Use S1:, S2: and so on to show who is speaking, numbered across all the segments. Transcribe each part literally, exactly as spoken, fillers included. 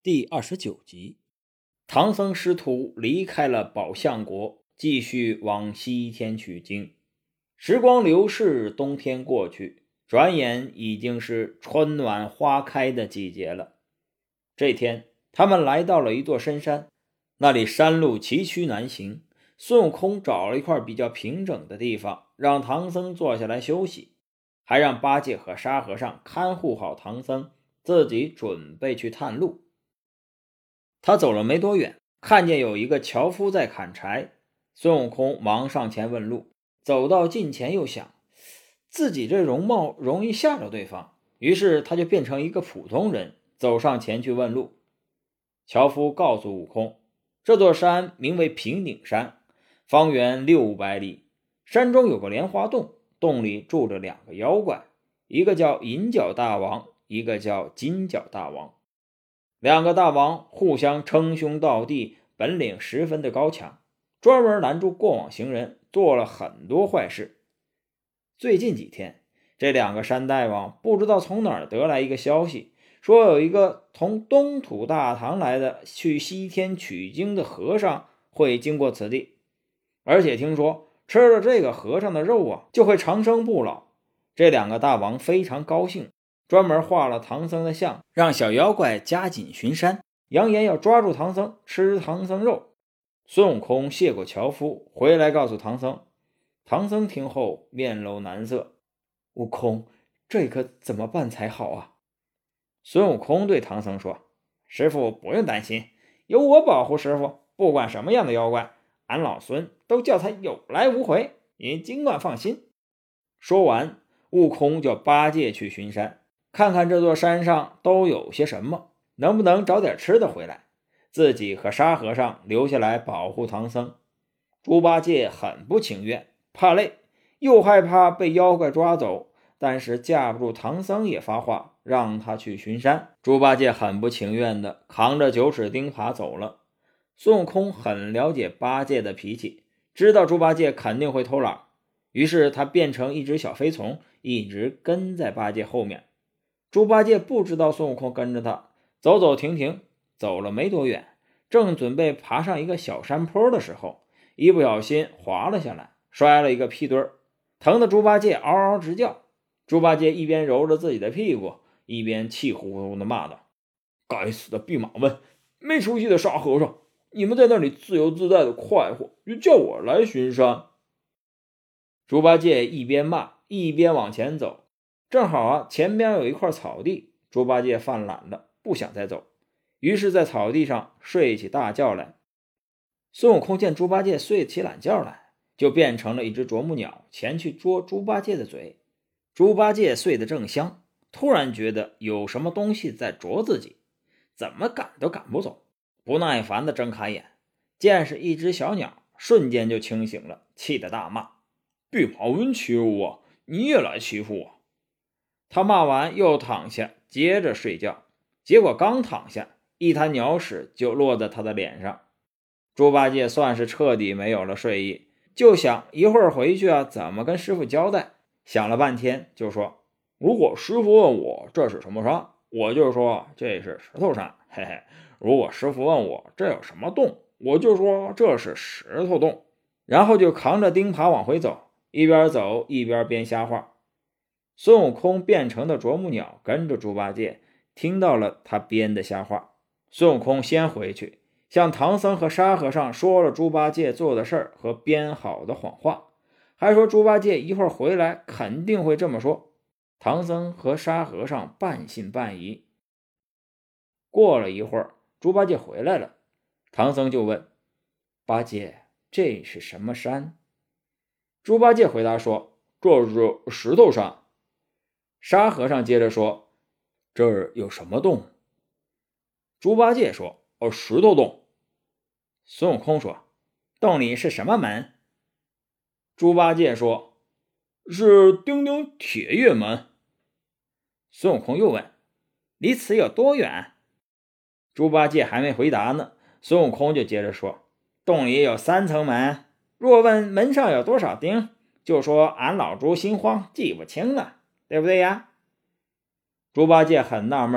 S1: 第二十九集，唐僧师徒离开了宝象国，继续往西天取经。时光流逝，冬天过去，转眼已经是春暖花开的季节了。这天，他们来到了一座深山，那里山路崎岖难行。孙悟空找了一块比较平整的地方，让唐僧坐下来休息，还让八戒和沙和尚看护好唐僧，自己准备去探路。他走了没多远，看见有一个樵夫在砍柴，孙悟空忙上前问路。走到近前又想，自己这容貌容易吓着对方，于是他就变成一个普通人，走上前去问路。樵夫告诉悟空，这座山名为平顶山，方圆六百里，山中有个莲花洞，洞里住着两个妖怪，一个叫银角大王，一个叫金角大王。两个大王互相称兄道弟，本领十分的高强，专门拦住过往行人，做了很多坏事。最近几天，这两个山大王不知道从哪儿得来一个消息，说有一个从东土大唐来的去西天取经的和尚会经过此地，而且听说吃了这个和尚的肉啊，就会长生不老。这两个大王非常高兴，专门画了唐僧的像，让小妖怪加紧巡山，扬言要抓住唐僧，吃唐僧肉。孙悟空谢过樵夫，回来告诉唐僧。唐僧听后面露难色，悟空，这可怎么办才好啊？孙悟空对唐僧说，师傅不用担心，有我保护师傅，不管什么样的妖怪，俺老孙都叫他有来无回，你尽管放心。说完，悟空叫八戒去巡山，看看这座山上都有些什么，能不能找点吃的回来，自己和沙和尚留下来保护唐僧。猪八戒很不情愿，怕累，又害怕被妖怪抓走，但是架不住唐僧也发话，让他去巡山。猪八戒很不情愿的扛着九齿钉耙走了。孙悟空很了解八戒的脾气，知道猪八戒肯定会偷懒，于是他变成一只小飞虫，一直跟在八戒后面。猪八戒不知道孙悟空跟着他，走走停停，走了没多远，正准备爬上一个小山坡的时候，一不小心滑了下来，摔了一个屁墩儿，疼得猪八戒嗷嗷直叫。猪八戒一边揉着自己的屁股，一边气呼呼地骂道，该死的弼马温，没出息的沙和尚，你们在那里自由自在的快活，就叫我来巡山。猪八戒一边骂一边往前走，正好啊，前边有一块草地，猪八戒犯懒了，不想再走，于是在草地上睡起大觉来。孙悟空见猪八戒睡起懒觉来，就变成了一只啄木鸟，前去捉猪八戒的嘴。猪八戒睡得正香，突然觉得有什么东西在啄自己，怎么赶都赶不走，不耐烦地睁开眼，见是一只小鸟，瞬间就清醒了，气得大骂，弼马温欺负我，你也来欺负我。他骂完又躺下接着睡觉，结果刚躺下，一滩鸟屎就落在他的脸上。猪八戒算是彻底没有了睡意，就想一会儿回去啊，怎么跟师傅交代。想了半天就说，如果师傅问我这是什么山，我就说这是石头山，嘿嘿。如果师傅问我这有什么洞，我就说这是石头洞。然后就扛着钉耙往回走，一边走一边编瞎话。孙悟空变成的啄木鸟跟着猪八戒，听到了他编的瞎话。孙悟空先回去向唐僧和沙和尚说了猪八戒做的事儿和编好的谎话，还说猪八戒一会儿回来肯定会这么说。唐僧和沙和尚半信半疑。过了一会儿，猪八戒回来了，唐僧就问，八戒，这是什么山？猪八戒回答说，这是石头山。沙和尚接着说，这儿有什么洞？猪八戒说，哦，石头洞。孙悟空说，洞里是什么门？猪八戒说，是钉钉铁叶门。孙悟空又问，离此有多远？猪八戒还没回答呢，孙悟空就接着说，洞里有三层门，若问门上有多少钉，就说俺老猪心慌记不清了，对不对呀？猪八戒很纳闷，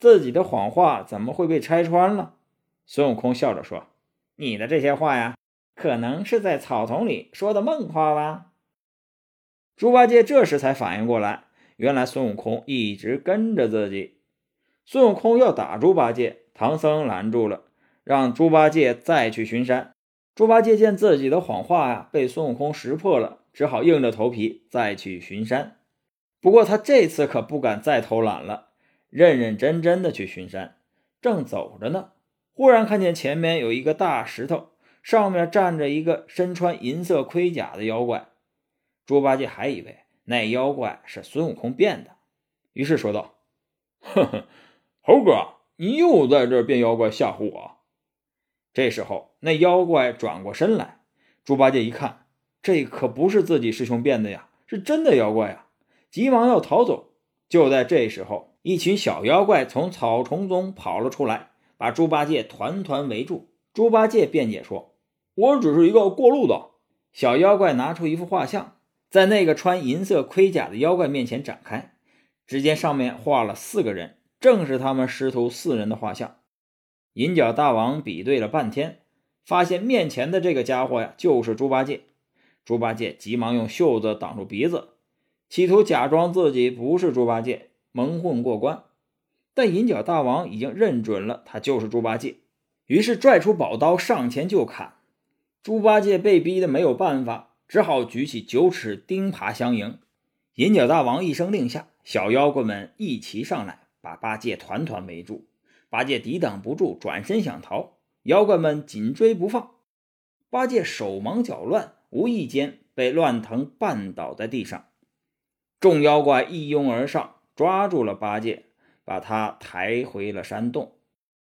S1: 自己的谎话怎么会被拆穿了？孙悟空笑着说：“你的这些话呀，可能是在草丛里说的梦话吧。”猪八戒这时才反应过来，原来孙悟空一直跟着自己。孙悟空要打猪八戒，唐僧拦住了，让猪八戒再去巡山。猪八戒见自己的谎话呀被孙悟空识破了，只好硬着头皮再去巡山。不过他这次可不敢再偷懒了，认认真真的去巡山。正走着呢，忽然看见前面有一个大石头，上面站着一个身穿银色盔甲的妖怪。猪八戒还以为那妖怪是孙悟空变的，于是说道：“呵呵，猴哥，你又在这儿变妖怪吓唬我。”这时候那妖怪转过身来，猪八戒一看，这可不是自己师兄变的呀，是真的妖怪呀，急忙要逃走。就在这时候，一群小妖怪从草丛中跑了出来，把猪八戒团团围住。猪八戒辩解说：“我只是一个过路的。”小妖怪拿出一幅画像，在那个穿银色盔甲的妖怪面前展开，只见上面画了四个人，正是他们师徒四人的画像。银角大王比对了半天，发现面前的这个家伙呀，就是猪八戒。猪八戒急忙用袖子挡住鼻子，企图假装自己不是猪八戒，蒙混过关。但银角大王已经认准了他就是猪八戒，于是拽出宝刀上前就砍。猪八戒被逼得没有办法，只好举起九齿钉耙相迎。银角大王一声令下，小妖怪们一齐上来，把八戒团团围住。八戒抵挡不住，转身想逃，妖怪们紧追不放。八戒手忙脚乱，无意间被乱藤绊倒在地上。众妖怪一拥而上，抓住了八戒，把他抬回了山洞。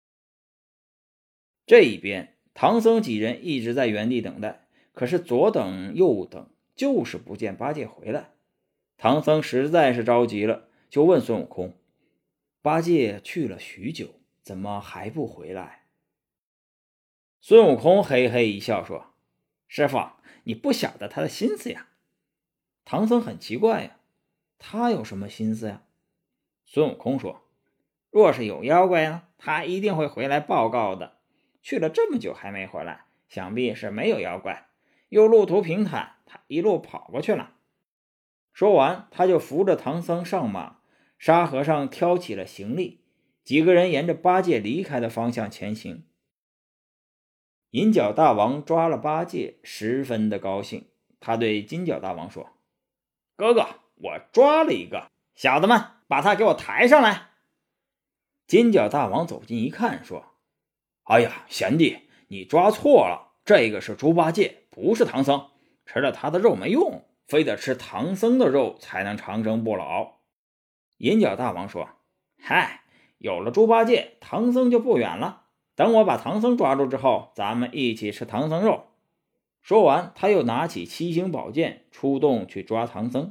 S1: 这一边，唐僧几人一直在原地等待，可是左等右等，就是不见八戒回来。唐僧实在是着急了，就问孙悟空：“八戒去了许久，怎么还不回来？”孙悟空嘿嘿一笑说：“师傅，你不晓得他的心思呀。”唐僧很奇怪呀，他有什么心思呀？孙悟空说：“若是有妖怪呀，他一定会回来报告的。去了这么久还没回来，想必是没有妖怪，又路途平坦，他一路跑过去了。”说完，他就扶着唐僧上马，沙和尚挑起了行李，几个人沿着八戒离开的方向前行。银角大王抓了八戒，十分的高兴。他对金角大王说：“哥哥，我抓了一个，小子们把他给我抬上来。”金角大王走近一看，说：“哎呀，贤弟，你抓错了，这个是猪八戒，不是唐僧，吃了他的肉没用，非得吃唐僧的肉才能长生不老。”银角大王说：“嗨，有了猪八戒，唐僧就不远了。等我把唐僧抓住之后，咱们一起吃唐僧肉。”说完，他又拿起七星宝剑，出动去抓唐僧。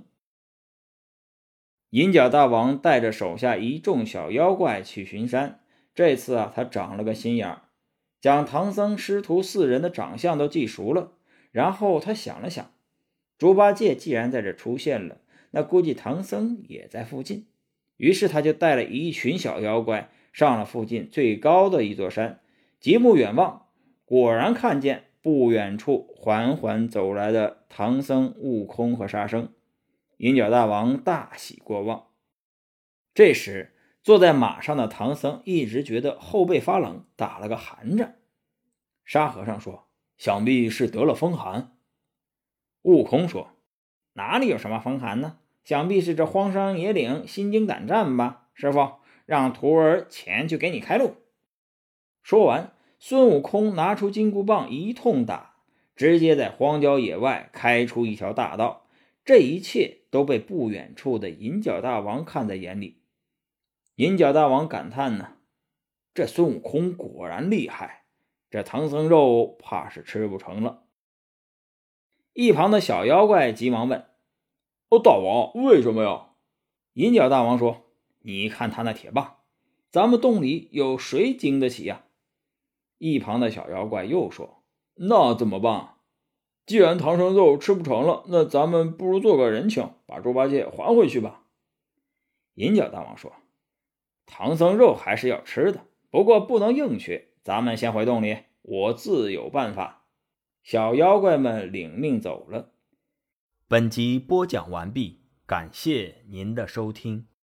S1: 银角大王带着手下一众小妖怪去巡山，这次啊，他长了个心眼儿，将唐僧师徒四人的长相都记熟了。然后他想了想，猪八戒既然在这出现了，那估计唐僧也在附近。于是他就带了一群小妖怪上了附近最高的一座山，极目远望，果然看见不远处缓缓走来的唐僧、悟空和沙僧。银角大王大喜过望。这时坐在马上的唐僧一直觉得后背发冷，打了个寒战。沙和尚说：“想必是得了风寒。”悟空说：“哪里有什么风寒呢？想必是这荒山野岭心惊胆战吧。师傅，让徒儿前去给你开路。”说完，孙悟空拿出金箍棒一通打，直接在荒郊野外开出一条大道。这一切都被不远处的银角大王看在眼里。银角大王感叹呢：“这孙悟空果然厉害，这唐僧肉怕是吃不成了。”一旁的小妖怪急忙问：“哦，大王，为什么呀？”银角大王说：“你看他那铁棒，咱们洞里有谁经得起呀？”一旁的小妖怪又说：“那怎么办？既然唐僧肉吃不成了，那咱们不如做个人情，把猪八戒还回去吧。”银角大王说：“ 唐僧肉还是要吃的，不过不能硬学，咱们先回洞里，我自有办法。小妖怪们领命走了。本集播讲完毕，感谢您的收听。